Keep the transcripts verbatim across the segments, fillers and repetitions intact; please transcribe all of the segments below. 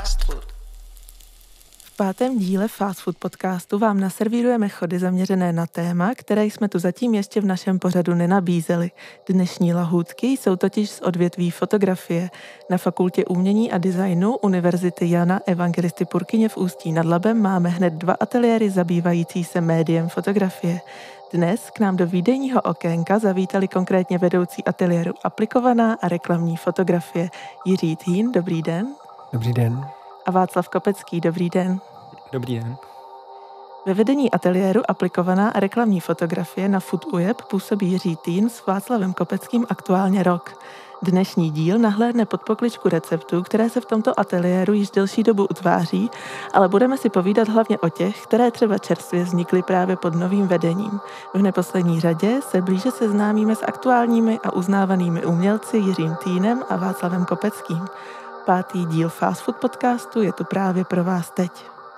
Fast food. V pátém díle Fast Food podcastu vám naservírujeme chody zaměřené na téma, které jsme tu zatím ještě v našem pořadu nenabízeli. Dnešní lahůdky jsou totiž z odvětví fotografie. Na Fakultě umění a designu Univerzity Jana Evangelisty Purkyně v Ústí nad Labem máme hned dva ateliéry zabývající se médiem fotografie. Dnes k nám do výdejního okénka zavítali konkrétně vedoucí ateliéru aplikovaná a reklamní fotografie Jiří Thín, dobrý den. Dobrý den. A Václav Kopecký, dobrý den. Dobrý den. Ve vedení ateliéru aplikovaná a reklamní fotografie na Food U J E P působí Jiří Thín s Václavem Kopeckým aktuálně rok. Dnešní díl nahlédne pod pokličku receptů, které se v tomto ateliéru již delší dobu utváří, ale budeme si povídat hlavně o těch, které třeba čerstvě vznikly právě pod novým vedením. V neposlední řadě se blíže seznámíme s aktuálními a uznávanými umělci Jiřím Thínem a Václavem Kopeckým. Pátý díl Fast Food podcastu je tu právě pro vás teď.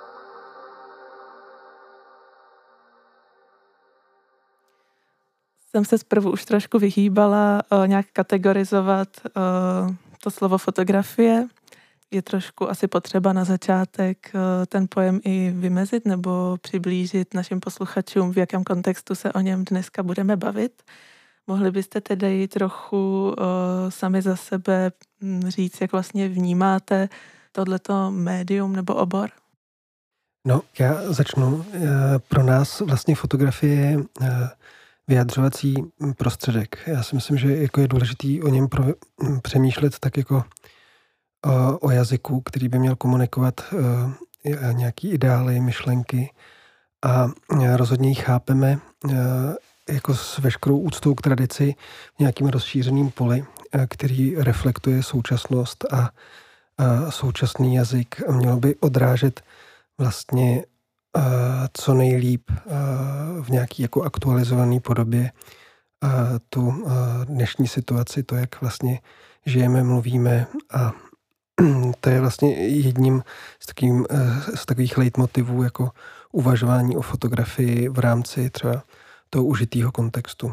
Jsem se zprvu už trošku vyhýbala uh, nějak kategorizovat uh, to slovo fotografie. Je trošku asi potřeba na začátek uh, ten pojem i vymezit nebo přiblížit našim posluchačům, v jakém kontextu se o něm dneska budeme bavit. Mohli byste tedy trochu uh, sami za sebe říct, jak vlastně vnímáte tohleto médium nebo obor? No, já začnu. Pro nás vlastně fotografie je vyjadřovací prostředek. Já si myslím, že jako je důležitý o něm pro, přemýšlet tak jako o, o jazyku, který by měl komunikovat uh, nějaký ideály, myšlenky a rozhodně ji chápeme uh, jako s veškerou úctou k tradici v nějakým rozšířeným poli, který reflektuje současnost a, a současný jazyk. Mělo by odrážet vlastně a, co nejlíp a, v nějaký jako aktualizované podobě a, tu a, dnešní situaci, to, jak vlastně žijeme, mluvíme a to je vlastně jedním z, takovým, z takových leitmotivů jako uvažování o fotografii v rámci třeba toho užitýho kontextu.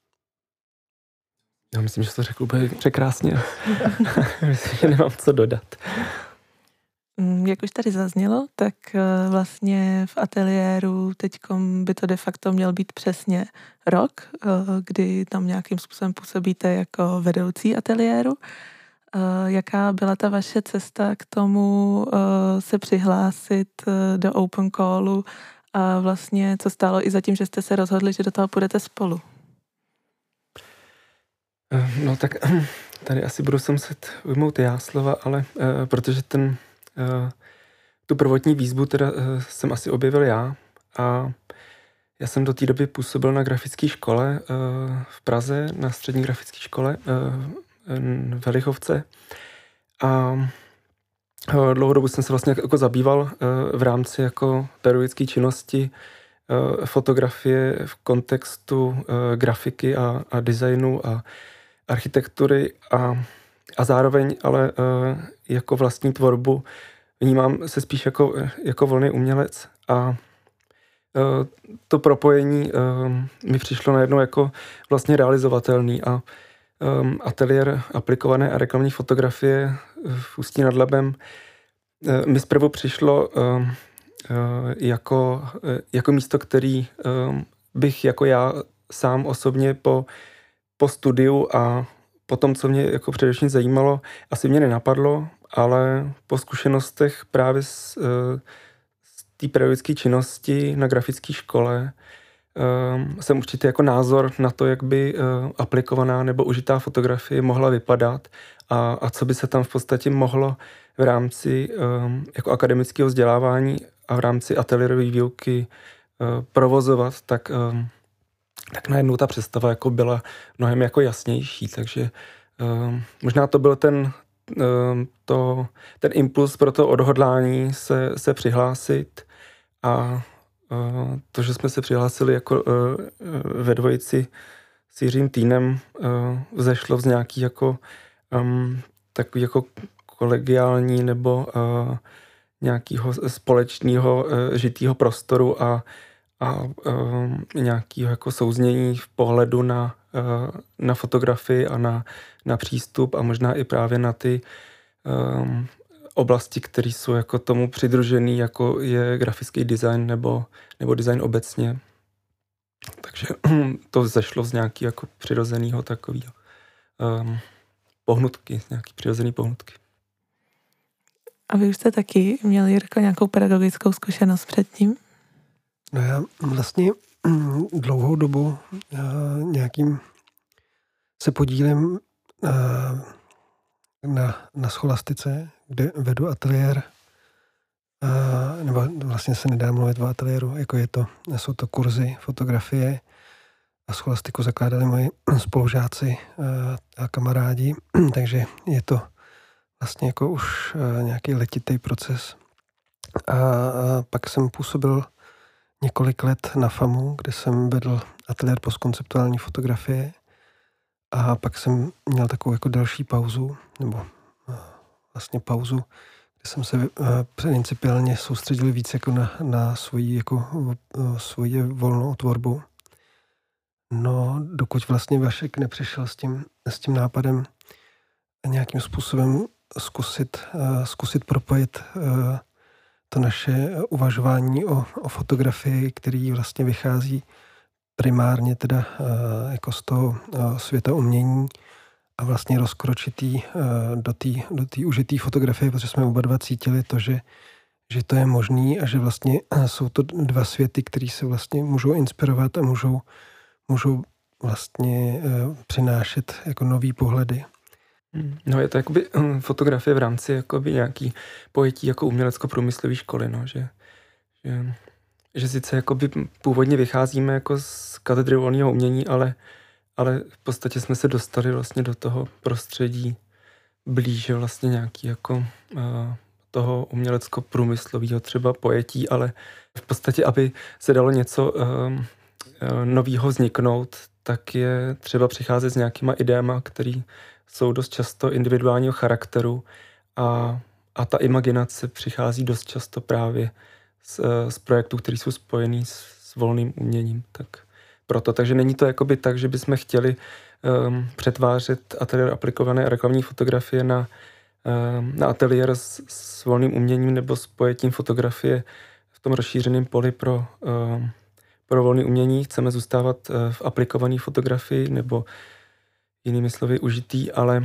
Já myslím, že to řekl úplně překrásně. Myslím, že nemám co dodat. Jak už tady zaznělo, tak vlastně v ateliéru teďkom by to de facto měl být přesně rok, kdy tam nějakým způsobem působíte jako vedoucí ateliéru. Jaká byla ta vaše cesta k tomu se přihlásit do Open Callu a vlastně co stálo i za tím, že jste se rozhodli, že do toho půjdete spolu? No tak tady asi budu se muset ujmout já slova, ale uh, protože ten uh, tu prvotní výzvu teda uh, jsem asi objevil já a já jsem do té doby působil na grafické škole uh, v Praze, na střední grafické škole uh, v Helichovce a uh, dlouhou dobu jsem se vlastně jako zabýval uh, v rámci jako pedagogické činnosti uh, fotografie v kontextu uh, grafiky a, a designu a architektury a, a zároveň ale uh, jako vlastní tvorbu vnímám se spíš jako, jako volný umělec a uh, to propojení uh, mi přišlo najednou jako vlastně realizovatelný a um, ateliér aplikované a reklamní fotografie v Ústí nad Labem uh, mi zprvu přišlo uh, uh, jako, uh, jako místo, který uh, bych jako já sám osobně po po studiu a po tom, co mě jako především zajímalo, asi mě nenapadlo, ale po zkušenostech právě z, z té pedagogické činnosti na grafické škole um, jsem určitě jako názor na to, jak by uh, aplikovaná nebo užitá fotografie mohla vypadat a, a co by se tam v podstatě mohlo v rámci um, jako akademického vzdělávání a v rámci ateliérové výuky uh, provozovat, tak um, tak najednou ta představa jako byla mnohem jako jasnější, takže uh, možná to byl ten, uh, to, ten impuls pro to odhodlání se, se přihlásit a uh, to, že jsme se přihlásili jako uh, ve dvojici s Jiřím Thínem, uh, vzešlo z nějaký jako um, takový jako kolegiální nebo uh, nějakého společného uh, žitýho prostoru a a um, nějakého jako souznění v pohledu na, uh, na fotografii a na, na přístup a možná i právě na ty um, oblasti, které jsou jako tomu přidružený, jako je grafický design nebo, nebo design obecně. Takže to zešlo z nějaký jako přirozeného takového um, pohnutky, z nějaký přirozený pohnutky. A vy už jste taky měl, Jirko, nějakou pedagogickou zkušenost předtím? No já vlastně dlouhou dobu nějakým se podílím na, na scholastice, kde vedu ateliér, nebo vlastně se nedá mluvit o ateliéru, jako je to, jsou to kurzy fotografie a scholastiku zakládali moji spolužáci a kamarádi, takže je to vlastně jako už nějaký letitý proces. A pak jsem působil několik let na FAMu, kde jsem vedl ateliér postkonceptuální fotografie a pak jsem měl takovou jako další pauzu, nebo vlastně pauzu, kde jsem se principiálně soustředil víc jako na, na svoji, jako, svoji volnou tvorbu. No, dokud vlastně Vašek nepřišel s tím, s tím nápadem nějakým způsobem zkusit, zkusit propojit to naše uvažování o, o fotografii, který vlastně vychází primárně teda jako z toho světa umění a vlastně rozkročitý do té do té užitý fotografie, protože jsme oba dva cítili to, že, že to je možný a že vlastně jsou to dva světy, které se vlastně můžou inspirovat a můžou, můžou vlastně přinášet jako nový pohledy. No je to jakoby fotografie v rámci jakoby nějaký pojetí jako umělecko-průmyslové školy, no, že, že, že sice jakoby původně vycházíme jako z katedry volného umění, ale, ale v podstatě jsme se dostali vlastně do toho prostředí blíže vlastně nějaký jako uh, toho umělecko-průmyslového třeba pojetí, ale v podstatě, aby se dalo něco uh, uh, novýho vzniknout, tak je třeba přicházet s nějakýma ideama, který jsou dost často individuálního charakteru a, a ta imaginace přichází dost často právě z, z projektů, které jsou spojený s, s volným uměním. Tak proto, takže není to jakoby tak, že bychom chtěli um, přetvářet ateliér aplikované reklamní fotografie na, um, na ateliér s, s volným uměním nebo s pojetím fotografie v tom rozšířeném poli pro, um, pro volné umění. Chceme zůstávat uh, v aplikované fotografii nebo jinými slovy užitý, ale,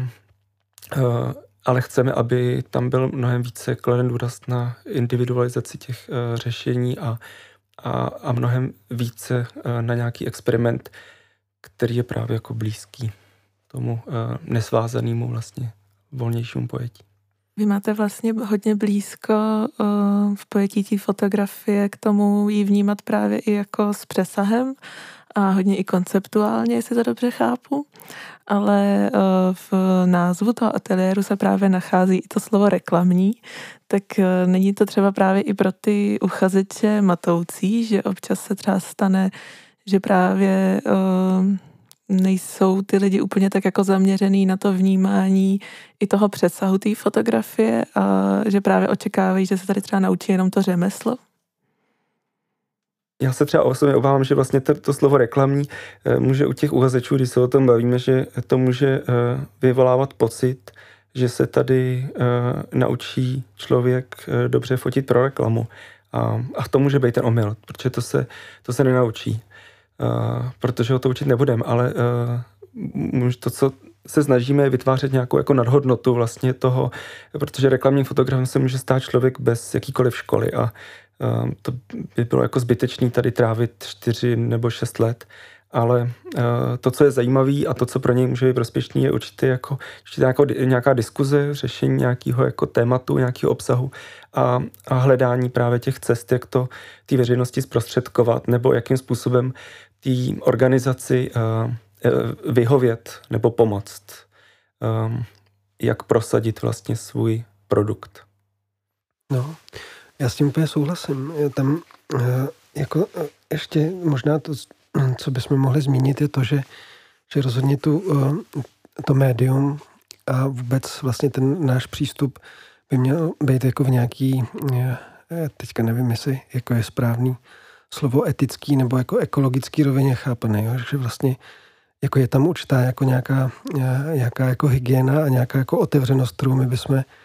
uh, ale chceme, aby tam byl mnohem více kladen důraz na individualizaci těch uh, řešení a, a, a mnohem více uh, na nějaký experiment, který je právě jako blízký tomu uh, nesvázanému vlastně volnějšímu pojetí. Vy máte vlastně hodně blízko uh, v pojetí té fotografie k tomu ji vnímat právě i jako s přesahem a hodně i konceptuálně, jestli to dobře chápu. Ale uh, v názvu toho ateliéru se právě nachází i to slovo reklamní, tak uh, není to třeba právě i pro ty uchazeče matoucí, že občas se třeba stane, že právě uh, nejsou ty lidi úplně tak jako zaměřený na to vnímání i toho přesahu té fotografie a že právě očekávají, že se tady třeba naučí jenom to řemeslo? Já se třeba osobně obávám, že vlastně to, to slovo reklamní může u těch uchazečů, když se o tom bavíme, že to může vyvolávat pocit, že se tady naučí člověk dobře fotit pro reklamu. A, a to může být ten omyl, protože to se, to se nenaučí. Protože ho to učit nebudeme, ale to, co se snažíme, je vytvářet nějakou jako nadhodnotu vlastně toho, protože reklamním fotografem se může stát člověk bez jakýkoliv školy a Uh, to by bylo jako zbytečný tady trávit čtyři nebo šest let, ale uh, to, co je zajímavé a to, co pro něj může být prospěšný, je určitě jako, určitě jako nějaká diskuze, řešení nějakého jako tématu, nějakého obsahu a, a hledání právě těch cest, jak to té veřejnosti zprostředkovat nebo jakým způsobem té organizaci uh, vyhovět nebo pomoct, um, jak prosadit vlastně svůj produkt. No, já s tím úplně souhlasím. Tam jako ještě možná to, co bychom mohli zmínit, je to, že, že rozhodně tu, to médium a vůbec vlastně ten náš přístup by měl být jako v nějaký, teďka nevím, jestli jako je správný slovo etický nebo jako ekologický rovině chápaný, jo? Že vlastně jako je tam určitá jako nějaká, nějaká jako hygiena a nějaká jako otevřenost, kterou my bychom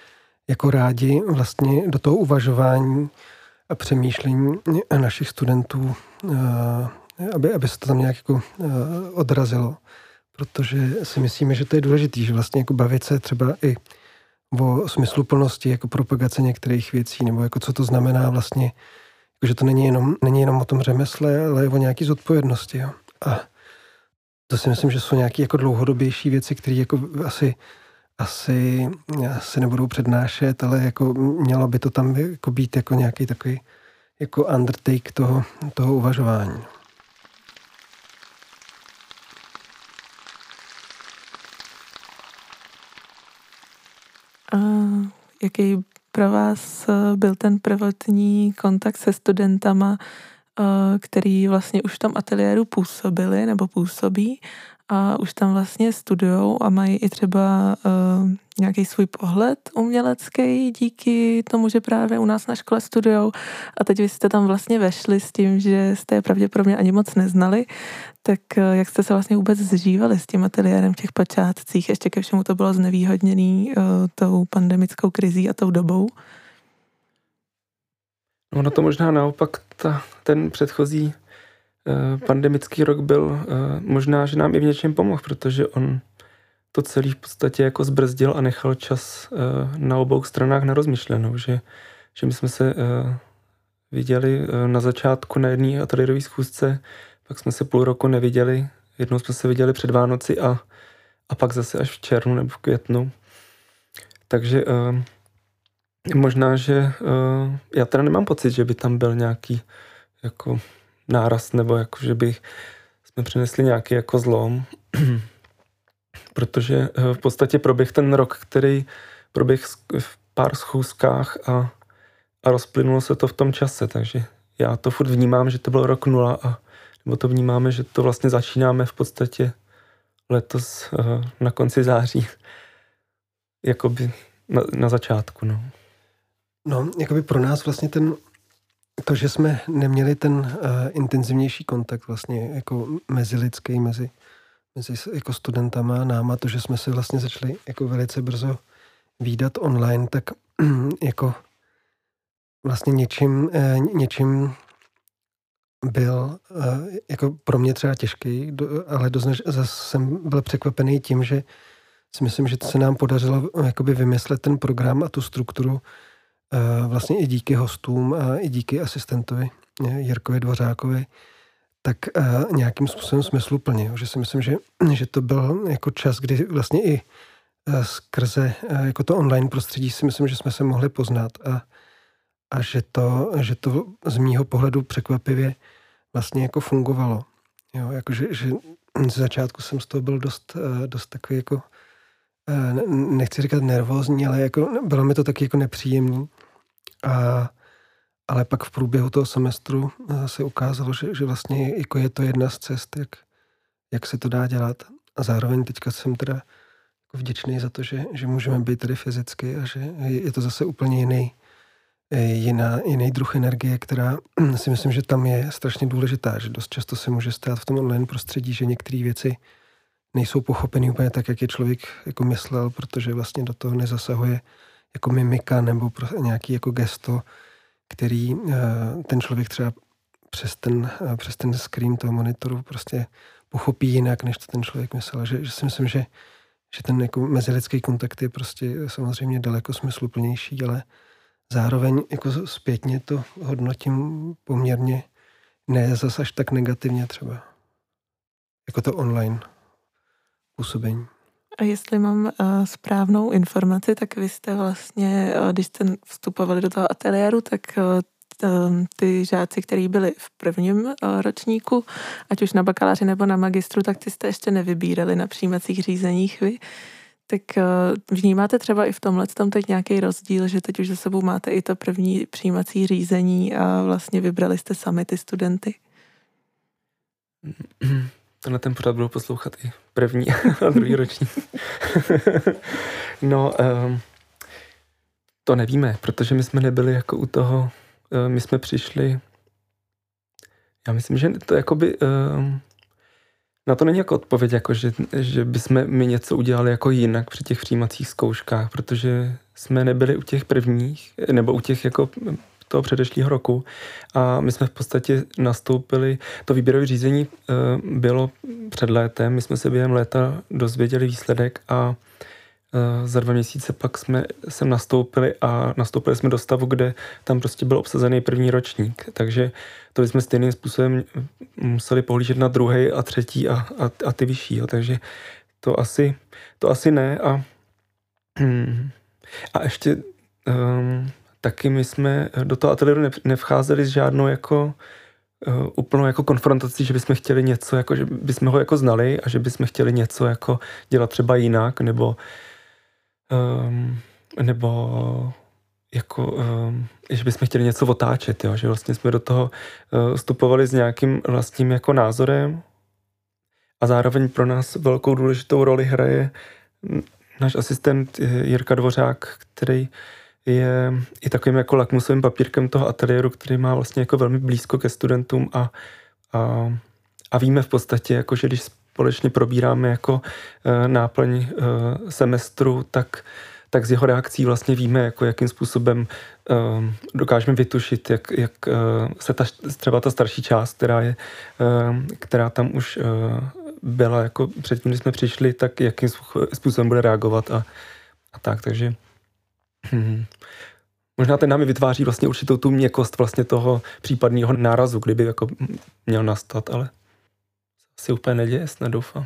jako rádi vlastně do toho uvažování a přemýšlení našich studentů, aby, aby se to tam nějak jako odrazilo. Protože si myslíme, že to je důležité, že vlastně jako bavit se třeba i o smysluplnosti jako propagace některých věcí, nebo jako co to znamená vlastně, jako že to není jenom, není jenom o tom řemesle, ale o nějaký zodpovědnosti. Jo. A to si myslím, že jsou nějaké jako dlouhodobější věci, které jako asi, asi se nebudou přednášet, ale jako mělo by to tam jako být jako nějaký takový jako undertake toho, toho uvažování. A jaký pro vás byl ten prvotní kontakt se studentama, který vlastně už v tom ateliéru působili nebo působí a už tam vlastně studujou a mají i třeba uh, nějaký svůj pohled umělecký díky tomu, že právě u nás na škole studujou a teď vy jste tam vlastně vešli s tím, že jste je pravděpodobně ani moc neznali, tak uh, jak jste se vlastně vůbec zžívali s tím ateliérem v těch počátcích, ještě ke všemu to bylo znevýhodněný uh, tou pandemickou krizí a tou dobou? No, no to možná naopak ta, ten předchozí eh, pandemický rok byl eh, možná, že nám i v něčem pomohl, protože on to celý v podstatě jako zbrzdil a nechal čas eh, na obou stranách na rozmyšlenou, že, že my jsme se eh, viděli eh, na začátku na jedné ateliérové schůzce, pak jsme se půl roku neviděli, jednou jsme se viděli před Vánoci a, a pak zase až v červnu nebo v květnu. Takže eh, možná, že uh, já teda nemám pocit, že by tam byl nějaký jako nárast, nebo jako, že by jsme přinesli nějaký jako zlom, protože uh, v podstatě proběh ten rok, který proběh v pár schůzkách a, a rozplynulo se to v tom čase, takže já to furt vnímám, že to byl rok nula a nebo to vnímáme, že to vlastně začínáme v podstatě letos uh, na konci září, jakoby na, na začátku, no. No, jakoby pro nás vlastně ten, to, že jsme neměli ten uh, intenzivnější kontakt vlastně jako mezilidský, mezi, mezi jako studentama a náma, to, že jsme se vlastně začali jako velice brzo vídat online, tak jako vlastně něčím, uh, něčím byl uh, jako pro mě třeba těžký, do, ale doznač, zase jsem byl překvapený tím, že si myslím, že se nám podařilo jakoby vymyslet ten program a tu strukturu vlastně i díky hostům a i díky asistentovi Jirkovi Dvořákovi, tak nějakým způsobem smysluplně. Že si myslím, že, že to byl jako čas, kdy vlastně i skrze jako to online prostředí si myslím, že jsme se mohli poznat a, a že, to, že to z mýho pohledu překvapivě vlastně jako fungovalo. Jo, jakože, že z začátku jsem z toho byl dost, dost takový jako nechci říkat nervózní, ale jako bylo mi to taky jako nepříjemný. A, ale pak v průběhu toho semestru se ukázalo, že, že vlastně jako je to jedna z cest, jak, jak se to dá dělat. A zároveň teďka jsem teda jako vděčný za to, že, že můžeme být tady fyzicky a že je to zase úplně jiný, jiná, jiný druh energie, která si myslím, že tam je strašně důležitá, že dost často se může stát v tom online prostředí, že některé věci nejsou pochopeny úplně tak, jak je člověk jako myslel, protože vlastně do toho nezasahuje jako mimika nebo nějaký jako gesto, který ten člověk třeba přes ten, přes ten screen toho monitoru prostě pochopí jinak, než to ten člověk myslel. Že, že si myslím, že, že ten jako mezilidský kontakt je prostě samozřejmě daleko smysluplnější, ale zároveň jako zpětně to hodnotím poměrně ne zase až tak negativně třeba. Jako to online působení. A jestli mám uh, správnou informaci, tak vy jste vlastně, uh, když jste vstupovali do toho ateliéru, tak uh, ty žáci, kteří byli v prvním uh, ročníku, ať už na bakaláři nebo na magistru, tak ty jste ještě nevybírali na přijímacích řízeních vy. Tak uh, vnímáte třeba i v tomhle tom teď nějaký rozdíl, že teď už za sebou máte i to první přijímací řízení a vlastně vybrali jste sami ty studenty? Tenhle ten pořád budou poslouchat i první a druhý ročník. No, um, to nevíme, protože my jsme nebyli jako u toho, uh, my jsme přišli, já myslím, že to jakoby, um, na to není jako odpověď, jako že, že bychom my něco udělali jako jinak při těch přijímacích zkouškách, protože jsme nebyli u těch prvních, nebo u těch jako toho předešlého roku a my jsme v podstatě nastoupili, to výběrové řízení bylo před létem, my jsme se během léta dozvěděli výsledek a za dva měsíce pak jsme sem nastoupili a nastoupili jsme do stavu, kde tam prostě byl obsazený první ročník, takže to jsme stejným způsobem museli pohlížet na druhý a třetí a, a, a ty vyšší, jo. Takže to asi, to asi ne a, a ještě um, taky my jsme do toho ateliéru nevcházeli s žádnou jako uh, úplnou jako konfrontací, že bychom chtěli něco, jako, že bychom ho jako znali a že bychom chtěli něco jako dělat třeba jinak, nebo um, nebo jako, um, že bychom chtěli něco otáčet, jo? Že vlastně jsme do toho uh, vstupovali s nějakým vlastním jako názorem a zároveň pro nás velkou důležitou roli hraje náš asistent Jirka Dvořák, který je i takovým jako lakmusovým papírkem toho ateliéru, který má vlastně jako velmi blízko ke studentům a, a, a víme v podstatě, jako, že když společně probíráme jako e, náplň e, semestru, tak, tak z jeho reakcí vlastně víme, jako, jakým způsobem e, dokážeme vytušit, jak, jak e, se ta, třeba ta starší část, která, je, e, která tam už e, byla jako předtím, když jsme přišli, tak jakým způsobem bude reagovat a, a tak, takže Hmm. možná ten námi vytváří vlastně určitou tu měkkost vlastně toho případného nárazu, kdyby jako měl nastat, ale asi úplně neděje, snad doufám.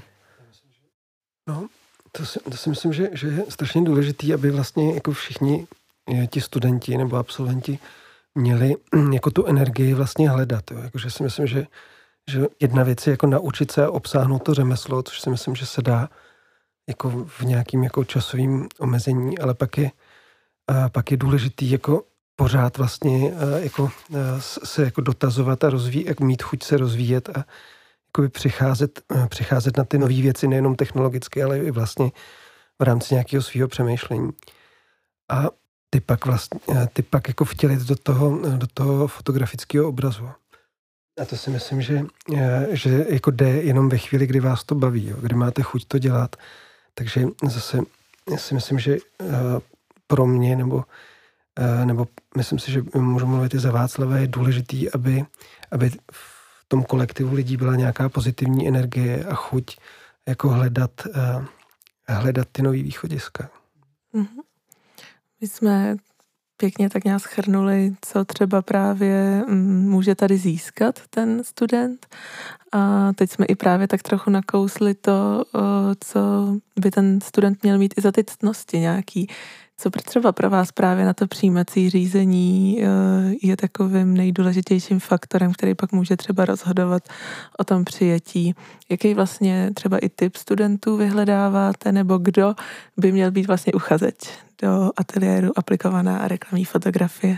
No, to si, to si myslím, že, že je strašně důležitý, aby vlastně jako všichni ti studenti nebo absolventi měli jako tu energii vlastně hledat. Jo. Jakože si myslím, že, že jedna věc je jako naučit se a obsáhnout to řemeslo, což si myslím, že se dá jako v nějakým jako časovým omezení, ale pak je A pak je důležitý jako pořád vlastně jako se jako dotazovat a rozvíjet, jako mít chuť se rozvíjet a jakoby přicházet, přicházet na ty nové věci nejenom technologicky, ale i vlastně v rámci nějakého svého přemýšlení. A ty pak vlastně, ty pak jako vtělit do toho, do toho fotografického obrazu. A to si myslím, že, že jako jde jenom ve chvíli, kdy vás to baví, jo, kdy máte chuť to dělat. Takže zase já si myslím, že pro mě, nebo, nebo myslím si, že můžu mluvit i za Václava, je důležitý, aby, aby v tom kolektivu lidí byla nějaká pozitivní energie a chuť jako hledat, hledat ty nový východiska. Mm-hmm. My jsme pěkně tak nějak shrnuli, co třeba právě může tady získat ten student. A teď jsme i právě tak trochu nakousli to, co by ten student měl mít i za ty ctnosti nějaký. Co třeba pro vás právě na to přijímací řízení je takovým nejdůležitějším faktorem, který pak může třeba rozhodovat o tom přijetí? Jaký vlastně třeba i typ studentů vyhledáváte, nebo kdo by měl být vlastně uchazeč do ateliéru aplikovaná a reklamní fotografie?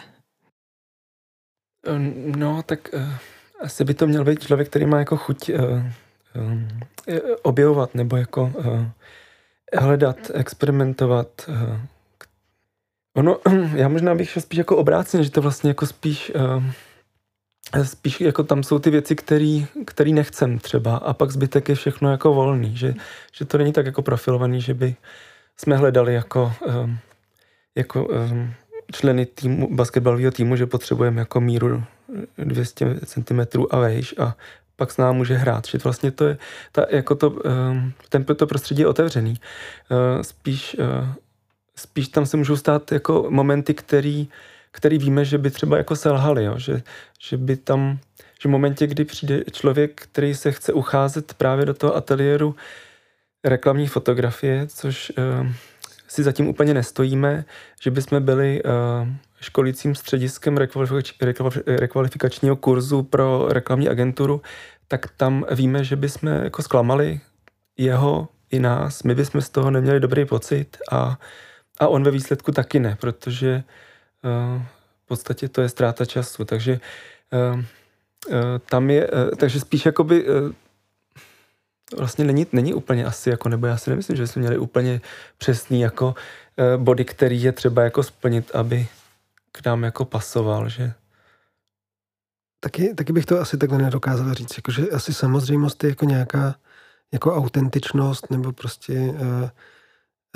No, tak uh, asi by to měl být člověk, který má jako chuť uh, uh, objevovat nebo jako uh, hledat, experimentovat. Uh, Ono, já možná bych šel spíš jako obráceně, že to vlastně jako spíš, uh, spíš jako tam jsou ty věci, který, který nechcem třeba a pak zbytek je všechno jako volný, že, že to není tak jako profilovaný, že by jsme hledali jako, um, jako um, členy týmu, basketbalového týmu, že potřebujeme jako míru dvě stě centimetrů a vejš a pak s námi může hrát, že vlastně to je, ta, jako to, um, ten, to prostředí je otevřený. Uh, spíš uh, Spíš tam se můžou stát jako momenty, který, který víme, že by třeba jako selhali, jo? Že, že by tam, že v momentě, kdy přijde člověk, který se chce ucházet právě do toho ateliéru reklamní fotografie, což uh, si zatím úplně nestojíme, že bychom byli uh, školícím střediskem rekvalifikač, rekvalifikačního kurzu pro reklamní agenturu, tak tam víme, že bychom jako zklamali jeho i nás, my bychom z toho neměli dobrý pocit a A on ve výsledku taky ne, protože uh, v podstatě to je ztráta času. Takže uh, uh, tam je, uh, takže spíš jakoby uh, vlastně není, není úplně asi jako, nebo já si nemyslím, že jsme měli úplně přesný jako uh, body, který je třeba jako splnit, aby k nám jako pasoval, že? Taky, taky bych to asi takhle nedokázal říct, jakože asi samozřejmost je jako nějaká jako autentičnost, nebo prostě uh,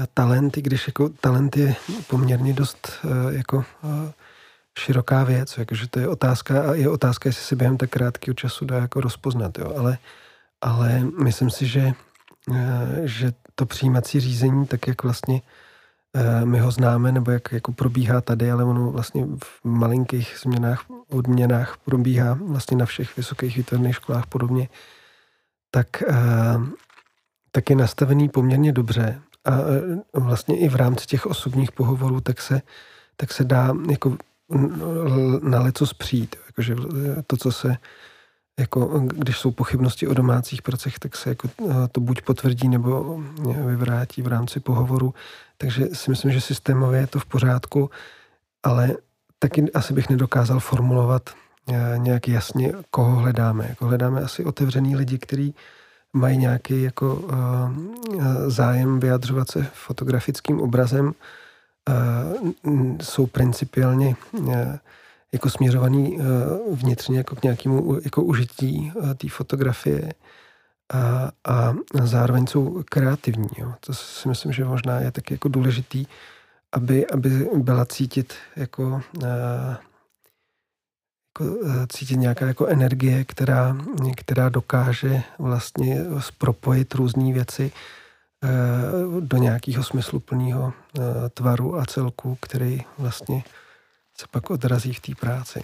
talent, i když jako talent je poměrně dost jako široká věc, jakože to je otázka a je otázka, jestli se během tak krátkého času dá jako rozpoznat, jo, ale, ale myslím si, že, že to přijímací řízení, tak jak vlastně my ho známe, nebo jak jako probíhá tady, ale ono vlastně v malinkých změnách, odměnách probíhá vlastně na všech vysokých výtvarných školách podobně, tak, tak je nastavený poměrně dobře a vlastně i v rámci těch osobních pohovorů tak se, tak se dá jako na lecos přijít. Jakože to, co se jako, když jsou pochybnosti o domácích pracech, tak se jako to buď potvrdí nebo vyvrátí v rámci pohovoru. Takže si myslím, že systémově je to v pořádku, ale taky asi bych nedokázal formulovat nějak jasně, koho hledáme. Jako hledáme asi otevřený lidi, kteří mají nějaký jako zájem vyjadřovat se fotografickým obrazem, jsou principiálně jako směřovaný vnitřně jako k nějakému jako užití té fotografie a, a zároveň jsou kreativní. Jo. To si myslím, že možná je taky jako důležitý, aby, aby byla cítit jako, jako cítit nějaká jako energie, která, která dokáže vlastně propojit různé věci do nějakého smysluplného tvaru a celku, který vlastně se pak odrazí v té práci.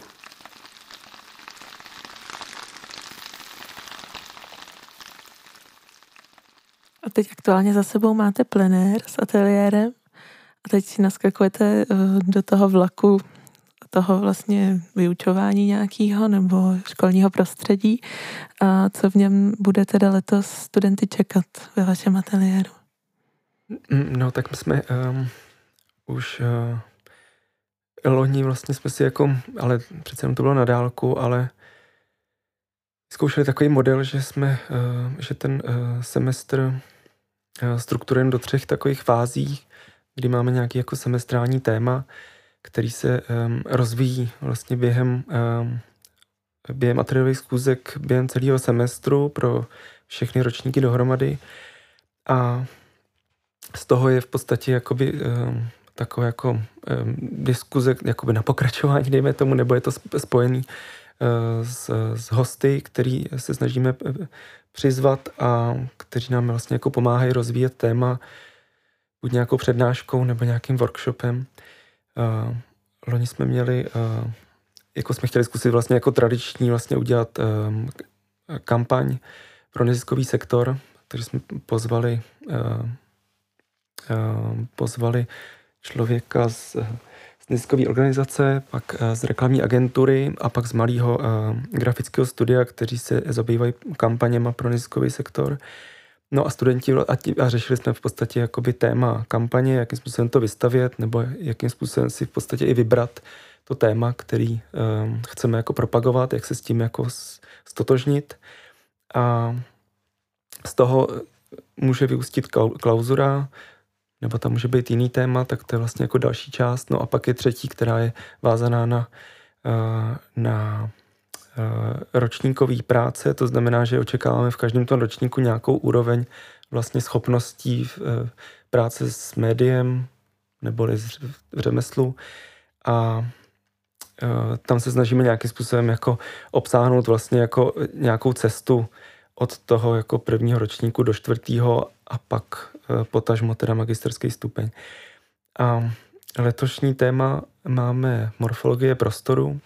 A teď aktuálně za sebou máte plenér s ateliérem a teď si naskakujete do toho vlaku toho vlastně vyučování nějakého nebo školního prostředí. A co v něm bude teda letos studenty čekat ve vašem ateliéru? No tak my jsme um, už uh, loni vlastně jsme si jako, ale přece jenom to bylo na dálku, ale zkoušeli takový model, že jsme, uh, že ten uh, semestr uh, strukturujeme do třech takových fází, kdy máme nějaký jako semestrální téma, který se um, rozvíjí vlastně během, um, během ateliérových schůzek během celého semestru pro všechny ročníky dohromady. A z toho je v podstatě jakoby um, takové jako um, diskuze jakoby na pokračování, dejme tomu, nebo je to spojený uh, s, s hosty, který se snažíme přizvat a kteří nám vlastně jako pomáhají rozvíjet téma buď nějakou přednáškou nebo nějakým workshopem. Uh, loni jsme měli, uh, jako jsme chtěli zkusit vlastně jako tradiční vlastně udělat um, kampaň pro neziskový sektor, takže jsme pozvali uh, uh, pozvali člověka z, z neziskové organizace, pak uh, z reklamní agentury a pak z malého uh, grafického studia, kteří se zabývají kampaněma pro neziskový sektor. No a studenti, a, tí, a řešili jsme v podstatě jakoby téma kampaně, jakým způsobem to vystavět, nebo jakým způsobem si v podstatě i vybrat to téma, který um, chceme jako propagovat, jak se s tím jako stotožnit. A z toho může vyústit klauzura, nebo tam může být jiný téma, tak to je vlastně jako další část. No a pak je třetí, která je vázaná na, na ročníkový práce, to znamená, že očekáváme v každém tom ročníku nějakou úroveň vlastně schopností v práce s médiem neboli v řemeslu a tam se snažíme nějakým způsobem jako obsáhnout vlastně jako nějakou cestu od toho jako prvního ročníku do čtvrtého a pak potažmo teda magisterský stupeň. A letošní téma máme morfologie prostoru.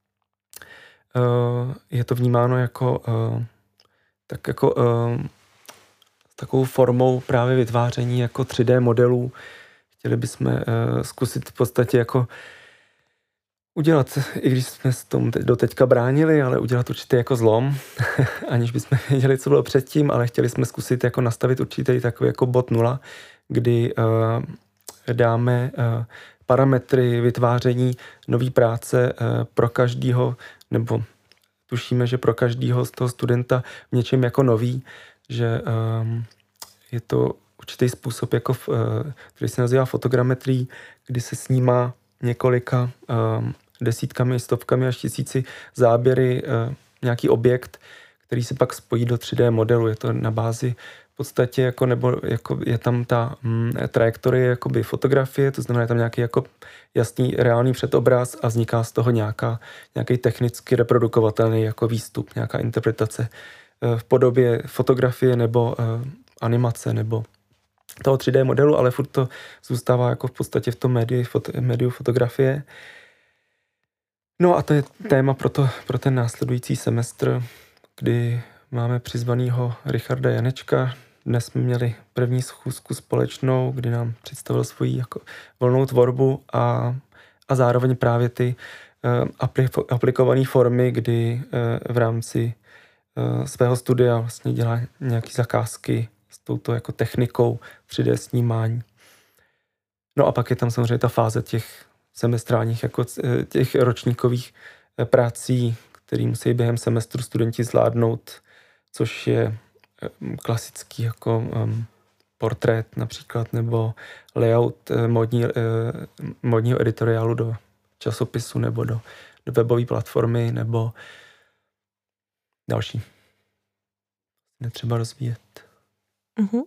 Je to vnímáno jako tak jako takovou formou právě vytváření jako tři dé modelů. Chtěli bychom zkusit v podstatě jako udělat, i když jsme s tom doteďka bránili, ale udělat určitý jako zlom, aniž bychom věděli, co bylo předtím, ale chtěli jsme zkusit jako nastavit určitý takový jako bod nula, kdy uh, dáme uh, parametry vytváření nový práce uh, pro každýho, nebo tušíme, že pro každýho z toho studenta v něčem jako nový, že um, je to určitý způsob, jako v, uh, který se nazývá fotogrametrii, kdy se snímá několika um, desítkami, stovkami až tisíci záběry, uh, nějaký objekt, který se pak spojí do tři dé modelu. Je to na bázi v podstatě, jako, nebo jako je tam ta mm, trajektorie jakoby fotografie, to znamená, je tam nějaký jako jasný reálný předobraz a vzniká z toho nějaká, nějaký technicky reprodukovatelný jako výstup, nějaká interpretace v podobě fotografie nebo uh, animace nebo toho tři dé modelu, ale furt to zůstává jako v podstatě v tom médiu, foto, médiu fotografie. No a to je téma pro, to, pro ten následující semestr, kdy máme přizvanýho Richarda Janečka. Dnes jsme měli první schůzku společnou, kdy nám představil svoji jako volnou tvorbu a, a zároveň právě ty uh, aplikované formy, kdy uh, v rámci uh, svého studia vlastně dělá nějaké zakázky s touto jako technikou tři dé snímání. No a pak je tam samozřejmě ta fáze těch semestrálních, jako těch ročníkových prací, který musí během semestru studenti zvládnout, což je klasický jako um, portrét například, nebo layout uh, modní, uh, modního editoriálu do časopisu, nebo do, do webové platformy, nebo další. Netřeba rozvíjet. Uh-huh.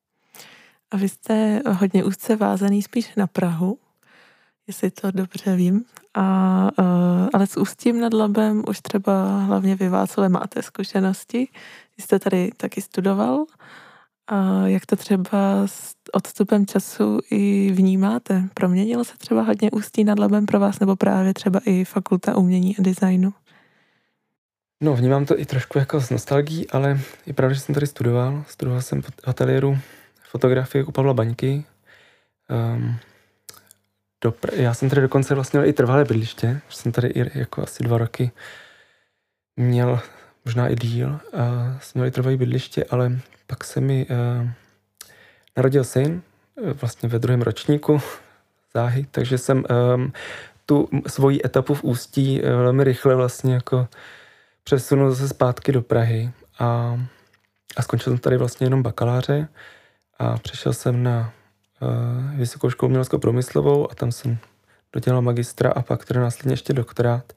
A vy jste hodně úzce vázaný spíš na Prahu, jestli to dobře vím. A, uh, ale s Ústím nad Labem už třeba hlavně vy, Václavé, máte zkušenosti. Jste tady taky studoval. A jak to třeba s odstupem času i vnímáte? Proměnilo se třeba hodně Ústí nad Labem pro vás, nebo právě třeba i Fakulta umění a designu? No, vnímám to i trošku jako s nostalgií, ale je pravda, že jsem tady studoval. Studoval jsem v ateliéru fotografie u Pavla Baňky. Um, do, já jsem tady dokonce vlastně měl i trvalé bydliště, že jsem tady i jako asi dva roky měl, možná i díl, a jsem měl i trvalé bydliště, ale pak se mi uh, narodil syn, vlastně ve druhém ročníku záhy, takže jsem um, tu svoji etapu v Ústí uh, velmi rychle vlastně jako přesunul se zpátky do Prahy a, a skončil jsem tady vlastně jenom bakaláře a přešel jsem na uh, Vysokou školu umělecko-průmyslovou a tam jsem dodělal magistra a pak teda následně ještě doktorát.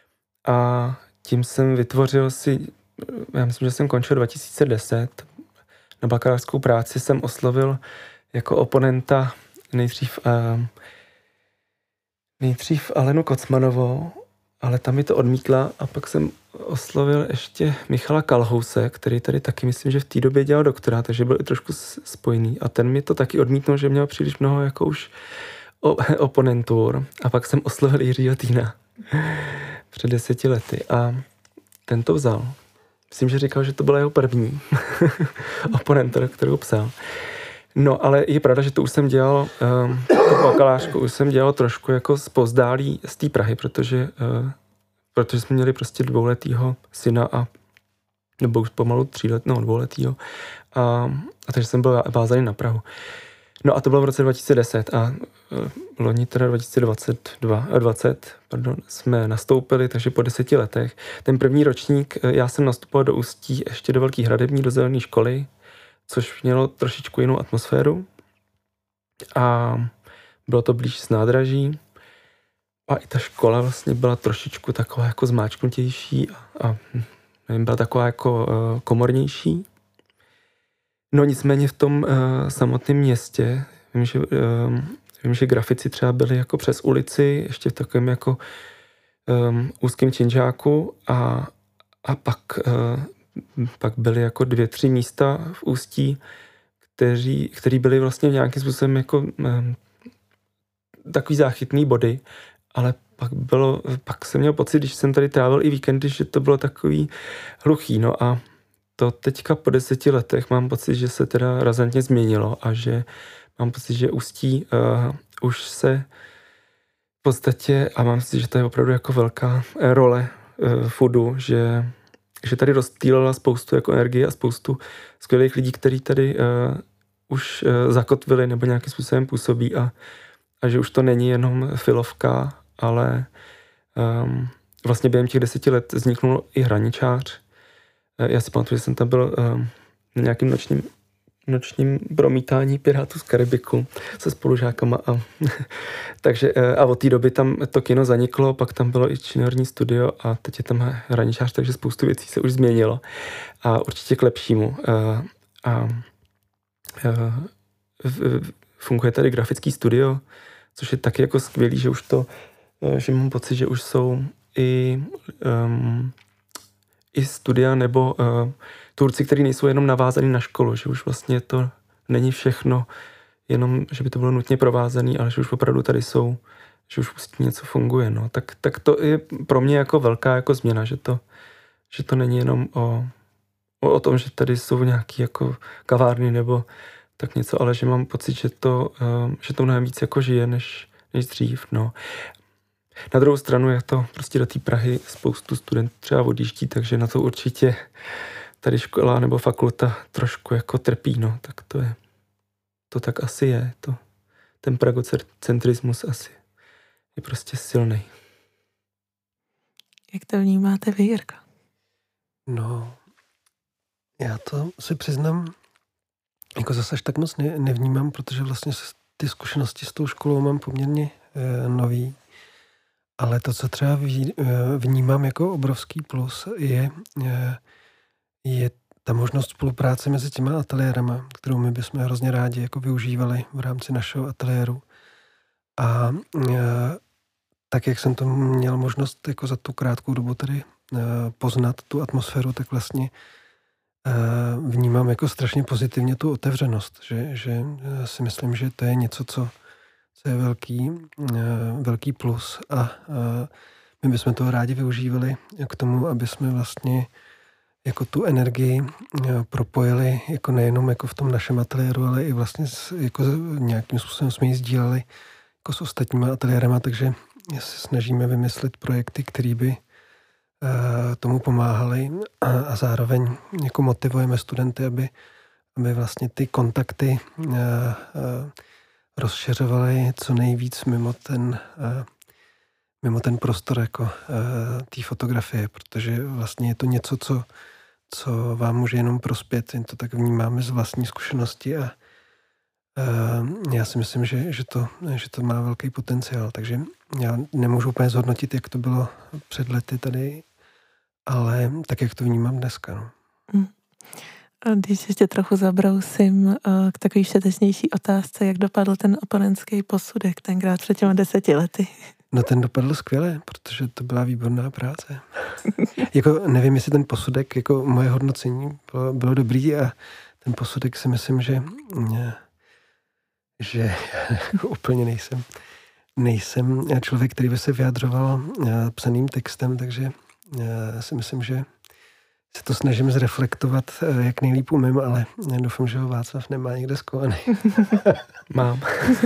A tím jsem vytvořil si, já myslím, že jsem končil dva tisíce deset, na bakalářskou práci jsem oslovil jako oponenta nejdřív, uh, nejdřív Alenu Kocmanovou, ale tam mi to odmítla a pak jsem oslovil ještě Michala Kalhouse, který tady taky myslím, že v té době dělal doktora, takže byl i trošku spojený. A ten mi to taky odmítnul, že měl příliš mnoho jako už oponentur. A pak jsem oslovil Jiřího Týna před deseti lety a ten to vzal. Myslím, že říkal, že to byla jeho první oponentor, kterou psal. No, ale je pravda, že to už jsem dělal, um, tu bakalářku už jsem dělal trošku jako zpozdálí z té Prahy, protože, uh, protože jsme měli prostě dvouletýho syna a nebo už pomalu třílet, no dvouletýho a, a takže jsem byl vázaný na Prahu. No a to bylo v roce dva tisíce deset a uh, loni teda dva tisíce dvacet dva, dvacet, pardon, jsme nastoupili, takže po deseti letech. Ten první ročník, já jsem nastupoval do Ústí ještě do Velký Hradební, do Zelené školy, což mělo trošičku jinou atmosféru a bylo to blíž s nádraží a i ta škola vlastně byla trošičku taková jako zmáčknutější a, a nevím, byla taková jako uh, komornější. No nicméně v tom uh, samotném městě, vím že, uh, vím, že grafici třeba byli jako přes ulici, ještě v takovém jako um, úzkém činžáku a, a pak uh, pak byly jako dvě, tři místa v Ústí, kteří, který byly vlastně nějakým způsobem jako um, takový záchytný body, ale pak bylo, pak jsem měl pocit, když jsem tady trávil i víkendy, že to bylo takový hluchý, no a to teďka po deseti letech mám pocit, že se teda razantně změnilo a že mám pocit, že Ústí uh, už se v podstatě, a mám pocit, že to je opravdu jako velká role uh, foodu, že že tady rozptýlila spoustu jako energie a spoustu skvělých lidí, kteří tady uh, už uh, zakotvili nebo nějakým způsobem působí a, a že už to není jenom filovka, ale um, vlastně během těch deseti let vzniknul i Hraničář. Uh, já si pamatuju, že jsem tam byl uh, na nějakým nočním, nočním promítání Pirátů z Karibiku se spolužákama a takže a od té doby tam to kino zaniklo, pak tam bylo i činoherní studio a teď je tam Hraničář, takže spoustu věcí se už změnilo a určitě k lepšímu. A funguje tady grafický studio, což je taky jako skvělý, že už to, že mám pocit, že už jsou i, um, i studia nebo uh, tvůrci, kteří nejsou jenom navázaný na školu, že už vlastně to není všechno jenom, že by to bylo nutně provázaný, ale že už opravdu tady jsou, že už prostě něco funguje, no. Tak, tak to je pro mě jako velká jako změna, že to, že to není jenom o, o, o tom, že tady jsou nějaký jako kavárny nebo tak něco, ale že mám pocit, že to, um, že to mnohem víc jako žije, než, než dřív, no. Na druhou stranu je to prostě do té Prahy spoustu studentů třeba odjíždí, takže na to určitě tady škola nebo fakulta trošku jako trpí, no. Tak to je, to tak asi je, to, ten pragocentrismus asi je prostě silný. Jak to vnímáte vy, Jirko? No, já to si přiznám, jako zase až tak moc ne, nevnímám, protože vlastně ty zkušenosti s tou školou mám poměrně e, nový. Ale to, co třeba ví, e, vnímám jako obrovský plus, je, e, je ta možnost spolupráce mezi těma ateliérama, kterou my bychom hrozně rádi jako využívali v rámci našeho ateliéru. A e, tak, jak jsem to měl možnost jako za tu krátkou dobu tady e, poznat tu atmosféru, tak vlastně vnímám jako strašně pozitivně tu otevřenost, že, že si myslím, že to je něco, co, co je velký, velký plus a my bychom toho rádi využívali k tomu, aby jsme vlastně jako tu energii propojili jako nejenom jako v tom našem ateliéru, ale i vlastně jako nějakým způsobem jsme ji sdíleli jako s ostatníma ateliérama, takže se snažíme vymyslet projekty, které by tomu pomáhali a, a zároveň jako motivujeme studenty, aby, aby vlastně ty kontakty a, a, rozšiřovaly co nejvíc mimo ten, a, mimo ten prostor jako té fotografie, protože vlastně je to něco, co, co vám může jenom prospět, jen to tak vnímáme z vlastní zkušenosti a, a já si myslím, že, že, to, že to má velký potenciál, takže já nemůžu úplně zhodnotit, jak to bylo před lety tady, ale tak, jak to vnímám dneska. No. Mm. A když ještě trochu zabrousím uh, k takové všetečnější otázce, jak dopadl ten oponentský posudek tenkrát před těmi deseti lety? No ten dopadl skvěle, protože to byla výborná práce. Jako nevím, jestli ten posudek, jako moje hodnocení bylo, bylo dobrý a ten posudek si myslím, že že úplně nejsem nejsem člověk, který by se vyjadřoval psaným textem, takže já si myslím, že se to snažím zreflektovat, jak nejlíp umím, ale doufám, že ho Václav nemá někde skovaný. Mám.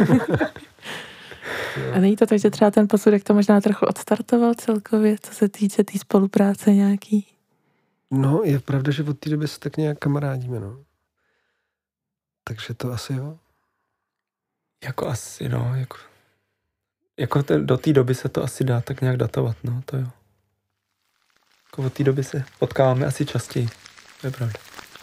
A není to tak, že třeba ten posudek to možná trochu odstartoval celkově, co se týče té tý spolupráce nějaký? No, je pravda, že od té doby se tak nějak kamarádíme, no. Takže to asi jo. Jako asi, no. Jako, jako te, do té doby se to asi dá tak nějak datovat, no, to jo. Jako od té doby se potkáváme asi častěji. To je pravda.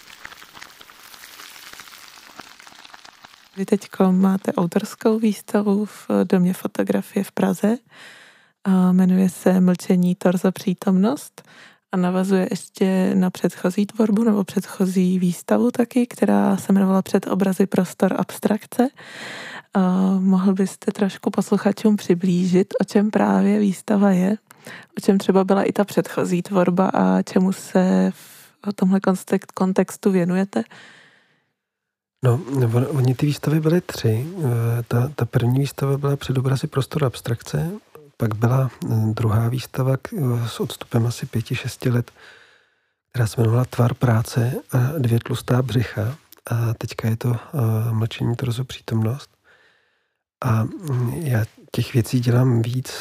Vy teďko máte autorskou výstavu v Domě fotografie v Praze. A jmenuje se Mlčení, torzo, přítomnost a navazuje ještě na předchozí tvorbu nebo předchozí výstavu taky, která se jmenovala Před obrazy prostor abstrakce. A mohl byste trošku posluchačům přiblížit, o čem právě výstava je, o čem třeba byla i ta předchozí tvorba a čemu se v tomhle kontextu věnujete? No, oni ty výstavy byly tři. Ta, ta první výstava byla Před obrazy prostor abstrakce, pak byla druhá výstava s odstupem asi pěti, šesti let, která se jmenovala Tvar práce a dvě tlustá břicha. A teďka je to Mlčení, torzo, přítomnost. A já těch věcí dělám víc.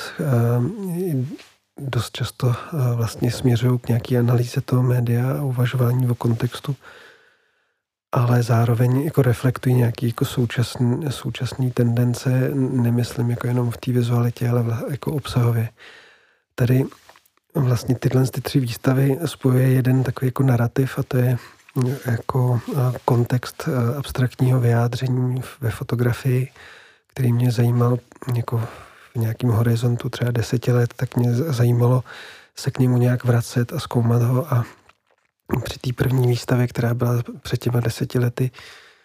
Dost často vlastně směřuju k nějaké analýze toho média a uvažování o kontextu, ale zároveň jako reflektují nějaké jako současné současné tendence, nemyslím jako jenom v té vizualitě, ale jako obsahově. Tady vlastně tyhle ty tři výstavy spojuje jeden takový jako narrativ a to je jako kontext abstraktního vyjádření ve fotografii, který mě zajímal jako v nějakém horizontu třeba deseti let, tak mě zajímalo se k němu nějak vracet a zkoumat ho a při té první výstavě, která byla před těma deseti lety,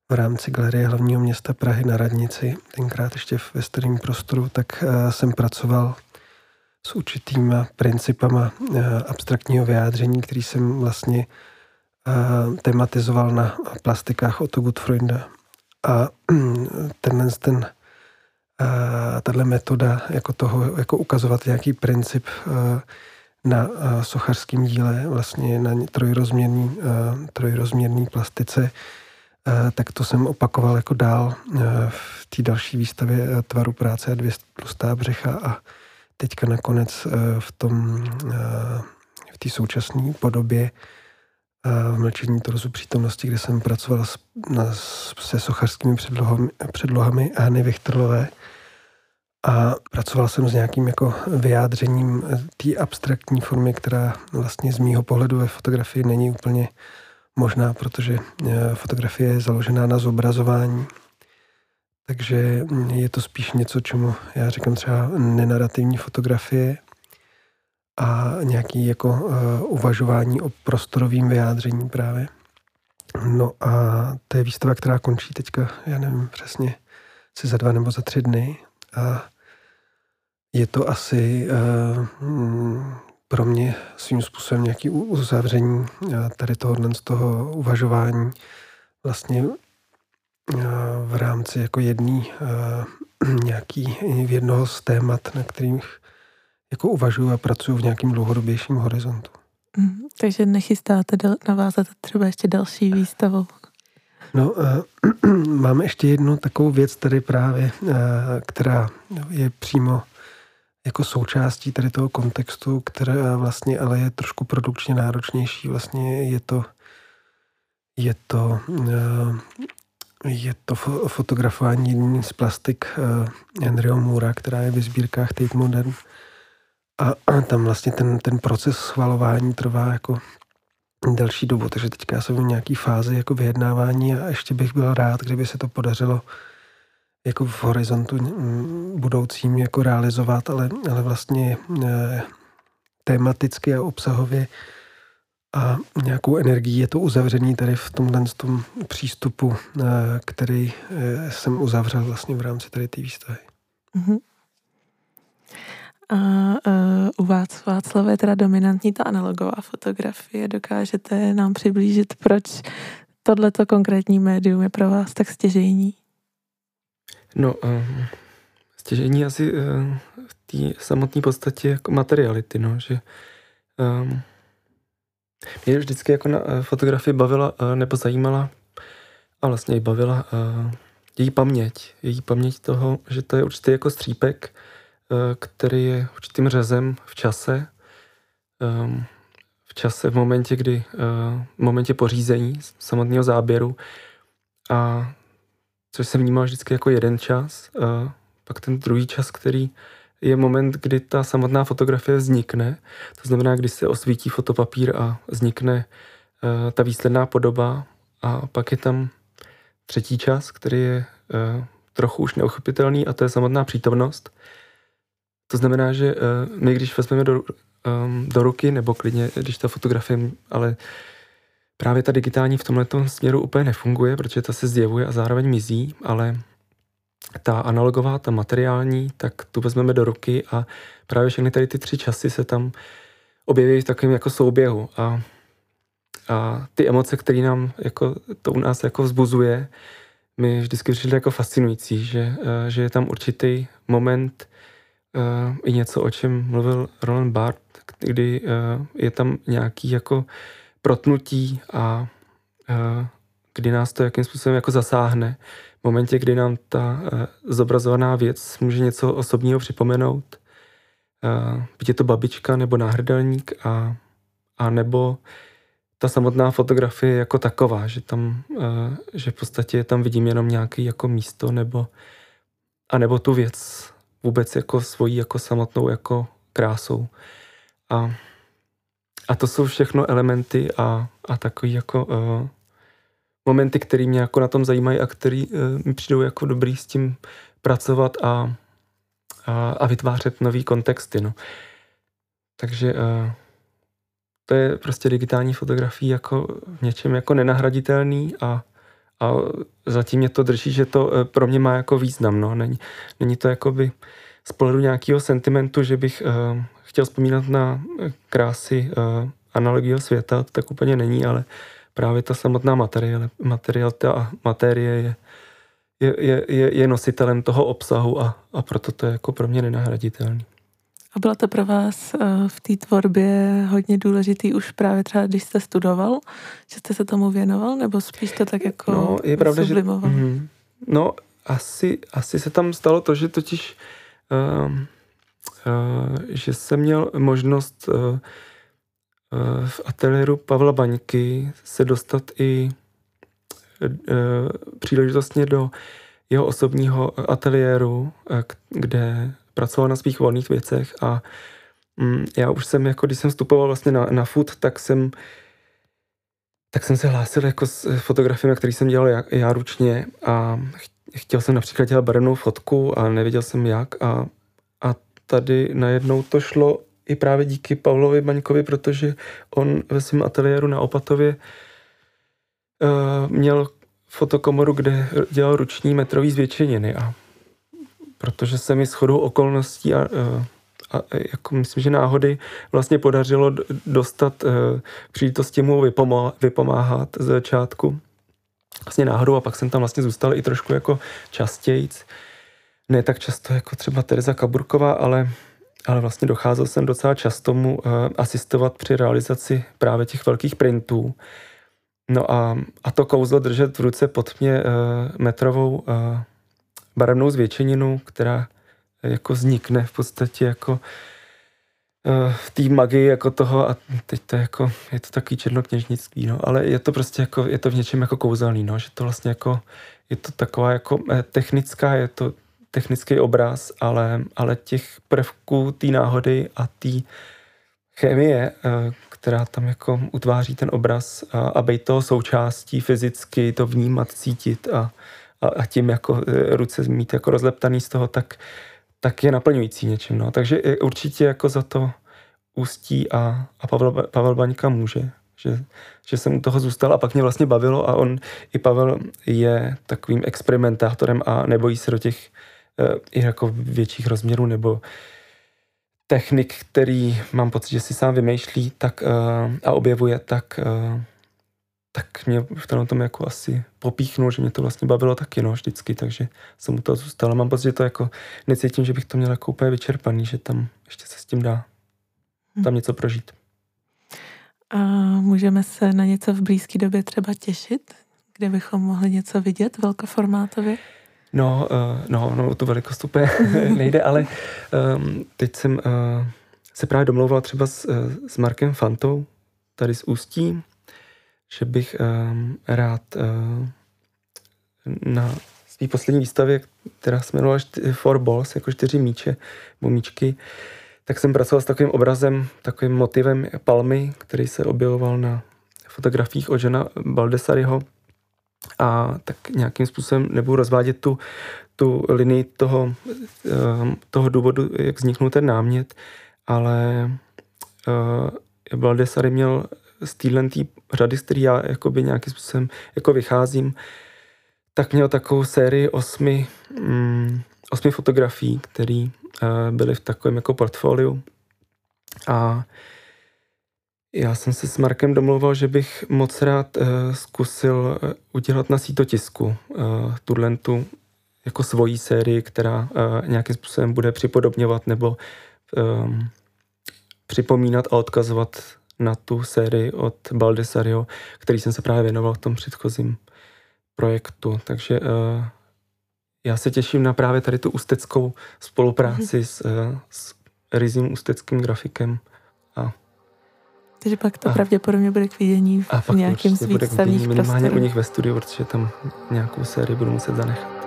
v rámci Galerie hlavního města Prahy na Radnici, tenkrát ještě ve starém prostoru, tak jsem pracoval s určitýma principama abstraktního vyjádření, který jsem vlastně tematizoval na plastikách Otto Gutfreunda. A tenhle ten, tato metoda jako toho, jako ukazovat nějaký princip na sochařském díle, vlastně na trojrozměrný, trojrozměrný plastice, tak to jsem opakoval jako dál v té další výstavě Tvaru práce a dvě tlustá břicha a teďka nakonec v tom, v té současné podobě v Mlčení torzu přítomnosti, kde jsem pracoval s, na, se sochařskými předlohami, předlohami Hany Vichterlové a pracoval jsem s nějakým jako vyjádřením té abstraktní formy, která vlastně z mýho pohledu ve fotografii není úplně možná, protože fotografie je založená na zobrazování. Takže je to spíš něco, čemu já říkám třeba nenarativní fotografie a nějaký jako uh, uvažování o prostorovým vyjádření právě. No a to je výstava, která končí teďka, já nevím přesně, asi za dva nebo za tři dny. A je to asi uh, pro mě svým způsobem nějaký uzavření tady tohohle z toho uvažování vlastně v rámci jako jedný nějaký jednoho z témat, na kterých jako uvažuji a pracuji v nějakým dlouhodobějším horizontu. Mm, takže nechystáte navázat třeba ještě další výstavou? No, máme ještě jednu takovou věc tady právě, která je přímo jako součástí tady toho kontextu, která vlastně ale je trošku produkčně náročnější. Vlastně je to je to je to fotografování jedný z plastik Henryho Moora, která je ve sbírkách Tate Modern. A, a tam vlastně ten, ten proces schvalování trvá jako delší dobu, takže teďka jsem v nějaký fázi jako vyjednávání a ještě bych byl rád, kdyby se to podařilo jako v horizontu budoucím jako realizovat, ale, ale vlastně e, tematicky a obsahově a nějakou energií je to uzavřený tady v tomhle tom přístupu, e, který e, jsem uzavřel vlastně v rámci tady té výstavy. Mm-hmm. A uh, u vás, Václava, je teda dominantní ta analogová fotografie. Dokážete nám přiblížit, proč tohleto konkrétní médium je pro vás tak stěžejní? No, um, stěžejní asi uh, v té samotné podstatě jako materiality, no, že um, mě vždycky jako na uh, fotografii bavila uh, nebo zajímala a vlastně i bavila uh, její paměť. Její paměť toho, že to je určitý jako střípek, který je určitým řezem v čase, v čase v momentě, kdy, v momentě pořízení samotného záběru, a což jsem vnímal vždycky jako jeden čas, a pak ten druhý čas, který je moment, kdy ta samotná fotografie vznikne, to znamená, kdy se osvítí fotopapír a vznikne ta výsledná podoba, a pak je tam třetí čas, který je trochu už neuchopitelný, a to je samotná přítomnost. To znamená, že uh, my, když vezmeme do, um, do ruky, nebo klidně, když ta fotografie, ale právě ta digitální v tomhletom směru úplně nefunguje, protože ta se zjevuje a zároveň mizí, ale ta analogová, ta materiální, tak tu vezmeme do ruky a právě všechny tady ty tři časy se tam objeví v takovém jako souběhu. A, a ty emoce, které nám jako, to u nás jako vzbuzuje, mi vždycky přišly jako fascinující, že, uh, že je tam určitý moment, Uh, i něco, o čem mluvil Roland Barthes, kdy uh, je tam nějaký jako protnutí a uh, kdy nás to jakým způsobem jako zasáhne. V momentě, kdy nám ta uh, zobrazovaná věc může něco osobního připomenout, uh, byť je to babička nebo náhrdelník, a, a nebo ta samotná fotografie jako taková, že tam, uh, že v podstatě tam vidím jenom nějaký jako místo, nebo a nebo tu věc vůbec jako svojí jako samotnou jako krásou. A, a to jsou všechno elementy a, a takový jako uh, momenty, které mě jako na tom zajímají a které uh, mi přijdou jako dobrý s tím pracovat a, a, a vytvářet nový kontexty. No. Takže uh, to je prostě digitální fotografii jako v něčem jako nenahraditelný a, a zatím mě to drží, že to pro mě má jako význam. No. Není, není to jakoby z pohledu nějakého sentimentu, že bych uh, chtěl vzpomínat na krásy uh, analogického světa, to tak úplně není, ale právě ta samotná materie, materialita a materie je, je, je, je, je nositelem toho obsahu a, a proto to je jako pro mě nenahraditelný. A bylo to pro vás v té tvorbě hodně důležitý už právě třeba, když jste studoval, že jste se tomu věnoval, nebo spíš to tak jako no, je pravda, sublimoval? Že, mm, no, asi, asi se tam stalo to, že totiž uh, uh, že jsem měl možnost uh, uh, v ateliéru Pavla Baňky se dostat i uh, příležitostně do jeho osobního ateliéru, uh, kde pracoval na svých volných věcech a mm, já už jsem, jako když jsem vstupoval vlastně na, na food, tak jsem tak jsem se hlásil jako s fotografiemi, který jsem dělal já, já ručně a chtěl jsem například dělat barevnou fotku a nevěděl jsem jak a, a tady najednou to šlo i právě díky Pavlovi Baňkovi, protože on ve svém ateliéru na Opatově uh, měl fotokomoru, kde dělal ruční metrový zvětšeniny a protože se mi shodou okolností a, a jako myslím, že náhody vlastně podařilo dostat příležitosti mu vypomá, vypomáhat z začátku. Vlastně náhodou a pak jsem tam vlastně zůstal i trošku jako častějc. Ne tak často jako třeba Tereza Kaburková, ale, ale vlastně docházel jsem docela často mu uh, asistovat při realizaci právě těch velkých printů. No a, a to kouzlo držet v ruce pod mě uh, metrovou uh, barevnou zvětšeninu, která jako vznikne v podstatě jako uh, v té magii jako toho a teď to je jako, je to takový černokněžnictví, no, ale je to prostě jako, je to v něčem jako kouzelný, no, že to vlastně jako, je to taková jako technická, je to technický obraz, ale, ale těch prvků té náhody a té chemie, uh, která tam jako utváří ten obraz a, a být toho součástí fyzicky, to vnímat, cítit a a tím jako ruce mít jako rozleptaný z toho, tak, tak je naplňující něčím. No. Takže určitě jako za to Ústí a, a Pavel, Pavel Baňka může, že, že jsem u toho zůstal a pak mě vlastně bavilo a on, i Pavel je takovým experimentátorem a nebojí se do těch uh, i jako větších rozměrů nebo technik, který mám pocit, že si sám vymýšlí tak, uh, a objevuje, tak uh, tak mě v tom, tom jako asi popíchnul, že mě to vlastně bavilo taky, no, vždycky, takže jsem u toho zůstal. Mám pocit, že to jako necítím, že bych to měl jako úplně vyčerpaný, že tam ještě se s tím dá tam něco prožít. A můžeme se na něco v blízké době třeba těšit, kde bychom mohli něco vidět velkoformátově? No, uh, no, no, tu velikost úplně nejde, ale um, teď jsem uh, se právě domlouval třeba s, uh, s Markem Fantou, tady z Ústí, že bych um, rád uh, na svý poslední výstavě, která se jmenovala Four Balls, jako čtyři míče, míčky, tak jsem pracoval s takovým obrazem, takovým motivem palmy, který se objevoval na fotografiích od Johna Baldessariho a tak nějakým způsobem nebudu rozvádět tu, tu linii toho, um, toho důvodu, jak vzniknul ten námět, ale uh, Baldessari měl z téhle řady, z který já jakoby nějakým způsobem jako vycházím, tak měl takovou sérii osmi, mm, osmi fotografií, které uh, byly v takovém jako portfoliu. A já jsem se s Markem domlouval, že bych moc rád uh, zkusil uh, udělat na sítotisku uh, tuhle jako svojí sérii, která uh, nějakým způsobem bude připodobňovat nebo um, připomínat a odkazovat na tu sérii od Baldessario, který jsem se právě věnoval v tom předchozím projektu. Takže uh, já se těším na právě tady tu ústeckou spolupráci s, uh, s ryzím ústeckým grafikem. A, Takže pak to a, pravděpodobně bude k vidění v nějakém z výstavních prostorů. Minimálně u nich ve studiu, protože tam nějakou sérii budu muset zanechat.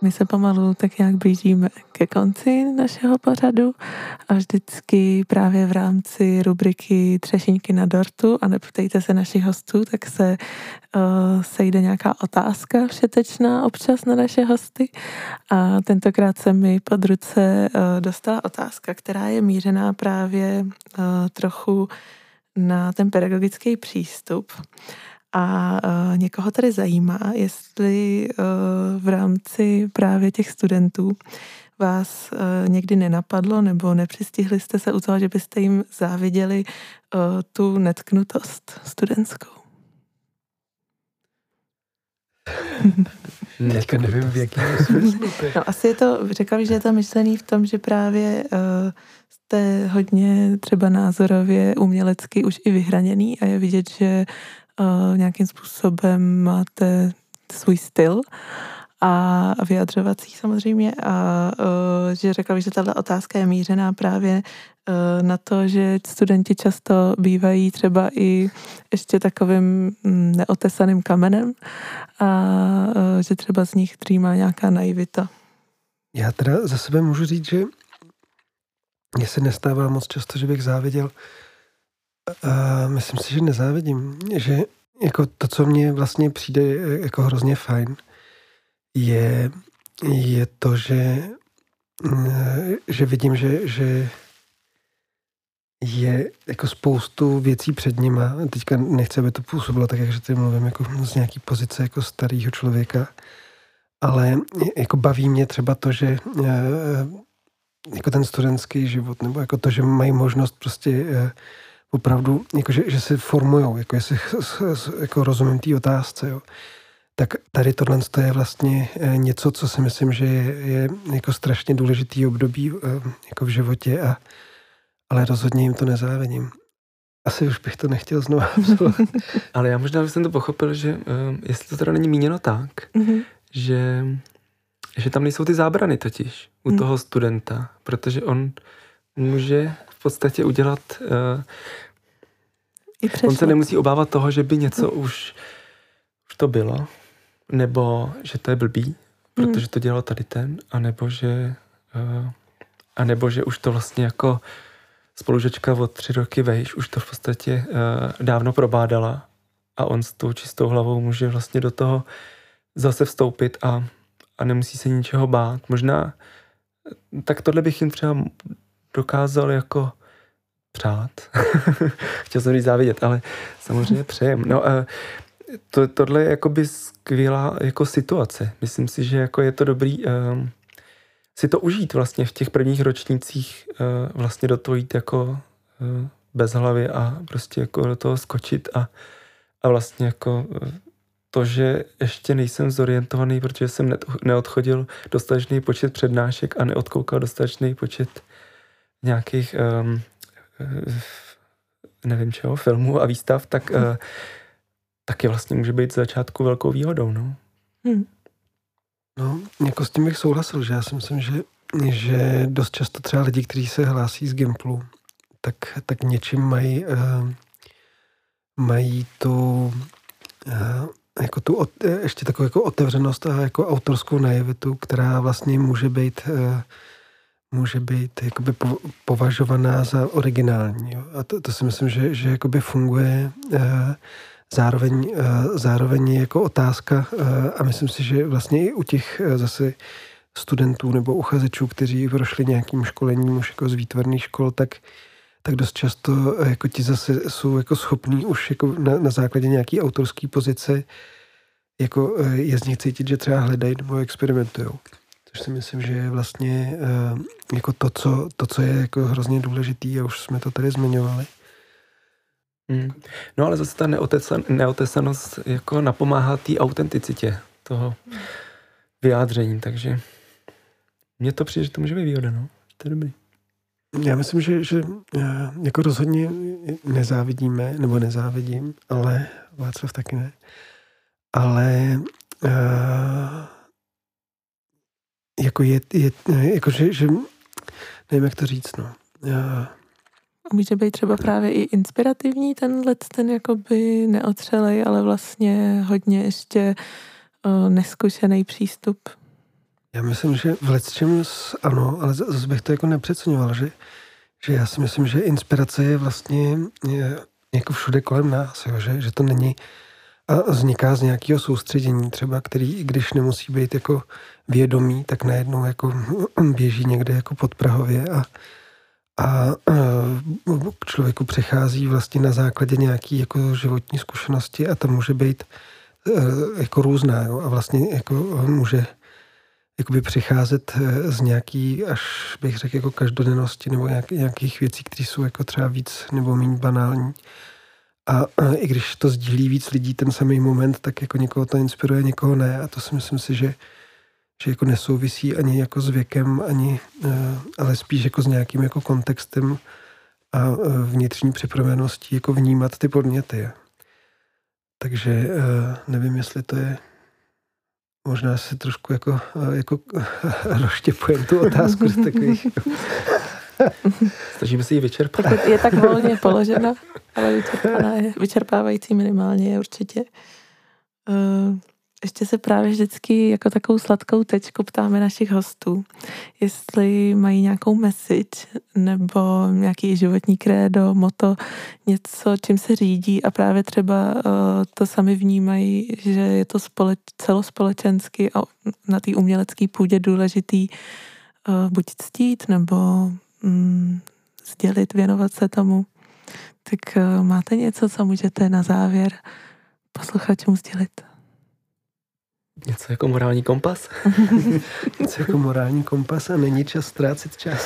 My se pomalu tak nějak blížíme ke konci našeho pořadu a vždycky právě v rámci rubriky Třešínky na dortu a neptejte se našich hostů, tak se uh, sejde nějaká otázka všetečná občas na naše hosty a tentokrát se mi pod ruce uh, dostala otázka, která je mířená právě uh, trochu na ten pedagogický přístup. A uh, někoho tady zajímá, jestli uh, v rámci právě těch studentů vás uh, někdy nenapadlo nebo nepřistihli jste se u toho, že byste jim záviděli uh, tu netknutost studentskou. Teďka nevím, v jakém smyslu. No asi je to, řekla bych, že je to myšlený v tom, že právě uh, jste hodně třeba názorově, umělecky už i vyhraněný a je vidět, že Uh, nějakým způsobem máte svůj styl a vyjadřovací samozřejmě a uh, že řekla bych, že tato otázka je mířená právě uh, na to, že studenti často bývají třeba i ještě takovým mm, neotesaným kamenem a uh, že třeba z nich dřímá nějaká naivita. Já teda za sebe můžu říct, že mně se nestává moc často, že bych záviděl. A myslím si, že nezávidím, že jako to, co mně vlastně přijde jako hrozně fajn, je, je to, že, že vidím, že, že je jako spoustu věcí před nima. Teďka nechci, aby to působilo tak, že tady mluvím jako z nějaký pozice jako starého člověka, ale jako baví mě třeba to, že jako ten studentský život, nebo jako to, že mají možnost prostě opravdu, jako že, že se formujou, jako jestli jako rozumím té otázce, jo. Tak tady tohle je vlastně něco, co si myslím, že je, je jako strašně důležitý období jako v životě, a, ale rozhodně jim to nezávidím. Asi už bych to nechtěl znovu absolvovat. Ale já možná jsem to pochopil, že um, jestli to teda není míněno tak, mm-hmm. že, že tam nejsou ty zábrany totiž u mm. toho studenta, protože on může v podstatě udělat... Uh, on se nemusí obávat toho, že by něco mm. už, už to bylo, nebo že to je blbý, protože to dělal tady ten, anebo že, uh, anebo že už to vlastně jako spolužečka od tři roky vejš, už to v podstatě uh, dávno probádala a on s tou čistou hlavou může vlastně do toho zase vstoupit a, a nemusí se ničeho bát. Možná tak tohle bych jim třeba dokázal jako přát. Chtěl jsem říct závidět, ale samozřejmě přejem. No, uh, to, tohle je jakoby skvělá jako situace. Myslím si, že jako je to dobrý um, si to užít vlastně v těch prvních ročnících, uh, vlastně do toho jít jako uh, bez hlavy a prostě jako do toho skočit a, a vlastně jako uh, to, že ještě nejsem zorientovaný, protože jsem neodchodil dostatečný počet přednášek a neodkoukal dostatečný počet nějakých um, uh, nevím čeho, filmů a výstav, tak uh, taky vlastně může být z začátku velkou výhodou, no. Hmm. No, jako s tím bych souhlasil, že já si myslím, že, že dost často třeba lidi, kteří se hlásí z Gimplu, tak, tak něčím mají uh, mají tu uh, jako tu od, ještě takovou jako otevřenost a jako autorskou naivitu, která vlastně může být uh, může být jakoby po, považovaná za originální. Jo. A to, to si myslím, že, že jakoby funguje uh, Zároveň, zároveň je jako otázka a myslím si, že vlastně i u těch zase studentů nebo uchazečů, kteří prošli nějakým školením už jako z výtvarných škol, tak, tak dost často jako ti zase jsou jako schopní už jako na, na základě nějaký autorský pozice jako je z nich cítit, že třeba hledají nebo experimentujou. Což si myslím, že je vlastně jako to, co, to, co je jako hrozně důležitý a už jsme to tady zmiňovali. Hmm. No ale zase ta neotesan, neotesanost jako napomáhá té autenticitě toho vyjádření, takže mně to přijde, že to může být výhoda, no. To je dobrý. Já myslím, že, že jako rozhodně nezávidíme, nebo nezávidím, ale Václav taky ne, ale uh, jako je, je jako že, že nevím, jak to říct, no. Uh, Může být třeba právě i inspirativní tenhle, ten jakoby neotřelej, ale vlastně hodně ještě uh, neskušený přístup. Já myslím, že v lecčem ano, ale zase bych to jako nepřeceňoval, že, že já si myslím, že inspirace je vlastně je jako všude kolem nás, jo, že, že to není a vzniká z nějakého soustředění třeba, který, i když nemusí být jako vědomý, tak najednou jako běží někde jako podprahově a, a, a k člověku přechází vlastně na základě nějaký jako životní zkušenosti a ta může být jako různá, jo, a vlastně jako může jakoby přicházet z nějaký, až bych řekl, jako každodennosti nebo nějak, nějakých věcí, které jsou jako třeba víc nebo méně banální. A, a i když to sdílí víc lidí ten samý moment, tak jako někoho to inspiruje, někoho ne. A to si myslím si, že, že jako nesouvisí ani jako s věkem, ani, ale spíš jako s nějakým jako kontextem a vnitřní připraveností jako vnímat ty podněty. Takže nevím, jestli to je. Možná si trošku jako, jako rozštěpujem tu otázku z takových. Snažíme se ji vyčerpat. Je, je tak volně položena, ale vyčerpaná je. Vyčerpávající minimálně je určitě. Uh, ještě se právě vždycky jako takovou sladkou tečku ptáme našich hostů, jestli mají nějakou message nebo nějaký životní krédo, moto, něco, čím se řídí a právě třeba uh, to sami vnímají, že je to společ, celospolečensky a na té umělecké půdě důležitý uh, buď ctít nebo um, sdělit, věnovat se tomu. Tak uh, máte něco, co můžete na závěr posluchačům sdělit? Něco jako morální kompas? Něco jako morální kompas a není čas ztrácet čas.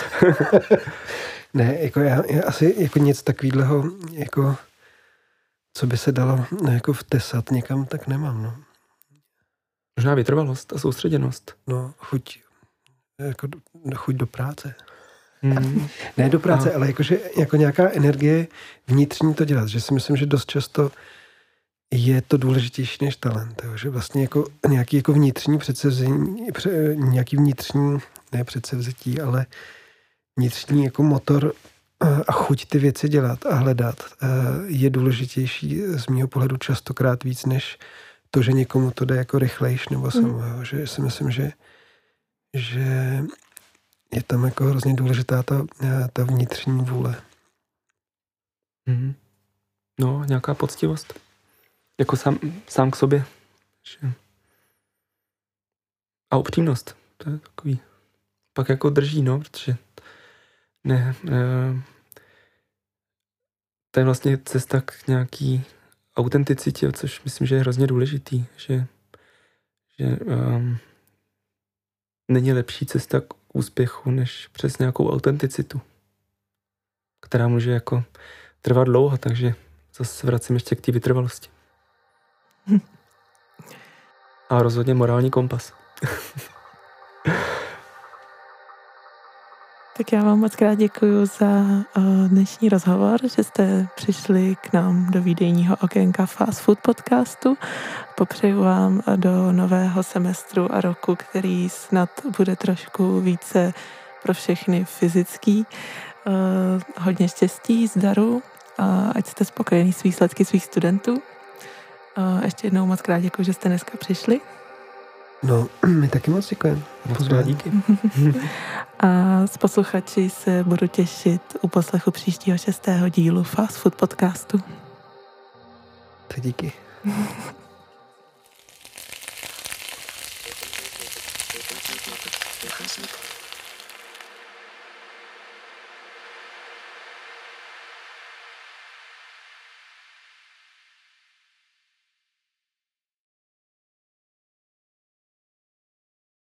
Ne, jako já, já asi jako nic takového, jako co by se dalo jako vtesat někam, tak nemám, no. Možná vytrvalost a soustředěnost. No, chuť, jako chuť do práce. Mm. Ne do práce, a... ale jakože, jako nějaká energie vnitřní to dělat, že si myslím, že dost často je to důležitější než talent, jo? Že vlastně jako nějaký jako vnitřní předsevzetí, pře, nějaký vnitřní, ne předsevzetí, ale vnitřní jako motor a chuť ty věci dělat a hledat je důležitější z mýho pohledu častokrát víc, než to, že někomu to jde jako rychlejš nebo samo, jo? Že si myslím, že, že je tam jako hrozně důležitá ta, ta vnitřní vůle. Mm. No, nějaká poctivost. Jako sám, sám k sobě. A upřímnost. To je takový. Pak jako drží, no, protože ne, ne, to je vlastně cesta k nějaký autenticitě, což myslím, že je hrozně důležitý, že, že um, není lepší cesta k úspěchu, než přes nějakou autenticitu, která může jako trvat dlouho, takže zase vracím ještě k té vytrvalosti. A rozhodně morální kompas. Tak já vám moc krát děkuju za uh, dnešní rozhovor, že jste přišli k nám do výdejního okénka Fast Food podcastu. Popřeju vám do nového semestru a roku, který snad bude trošku více pro všechny fyzický. Uh, hodně štěstí, zdaru a ať jste spokojení s výsledky svých studentů. Uh, ještě jednou moc krát děkuju, že jste dneska přišli. No, my taky moc děkujeme. Moc krát díky. A s posluchači se budu těšit u poslechu příštího šestého dílu Fast Food podcastu. Tak díky. Thank you.